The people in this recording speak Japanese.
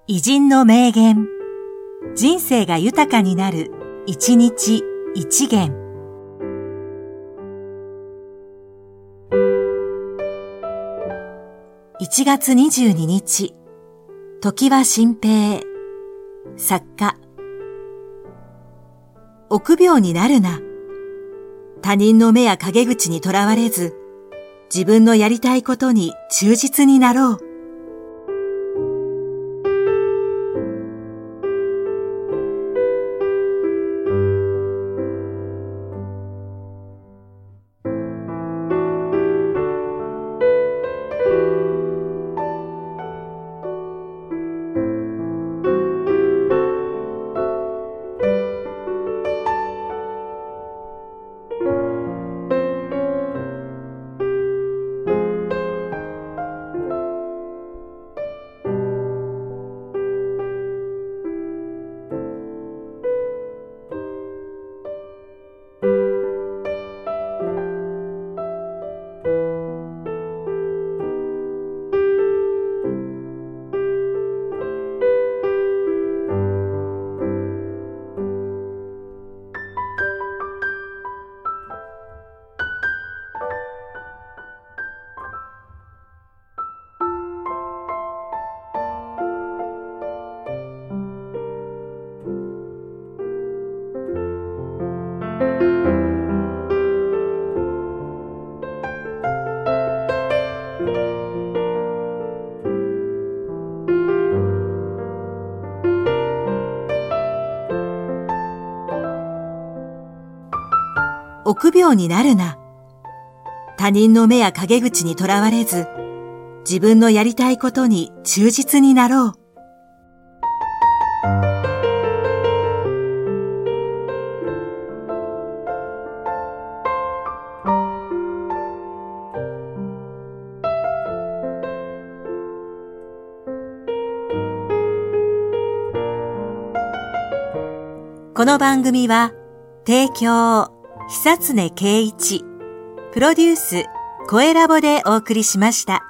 偉人の名言。人生が豊かになる、一日一元。1月22日、常盤新平、作家。臆病になるな。他人の目や陰口にとらわれず、自分のやりたいことに忠実になろう。臆病になるな。他人の目や陰口にとらわれず、自分のやりたいことに忠実になろう。この番組は、提供久常圭一、プロデュース、声ラボでお送りしました。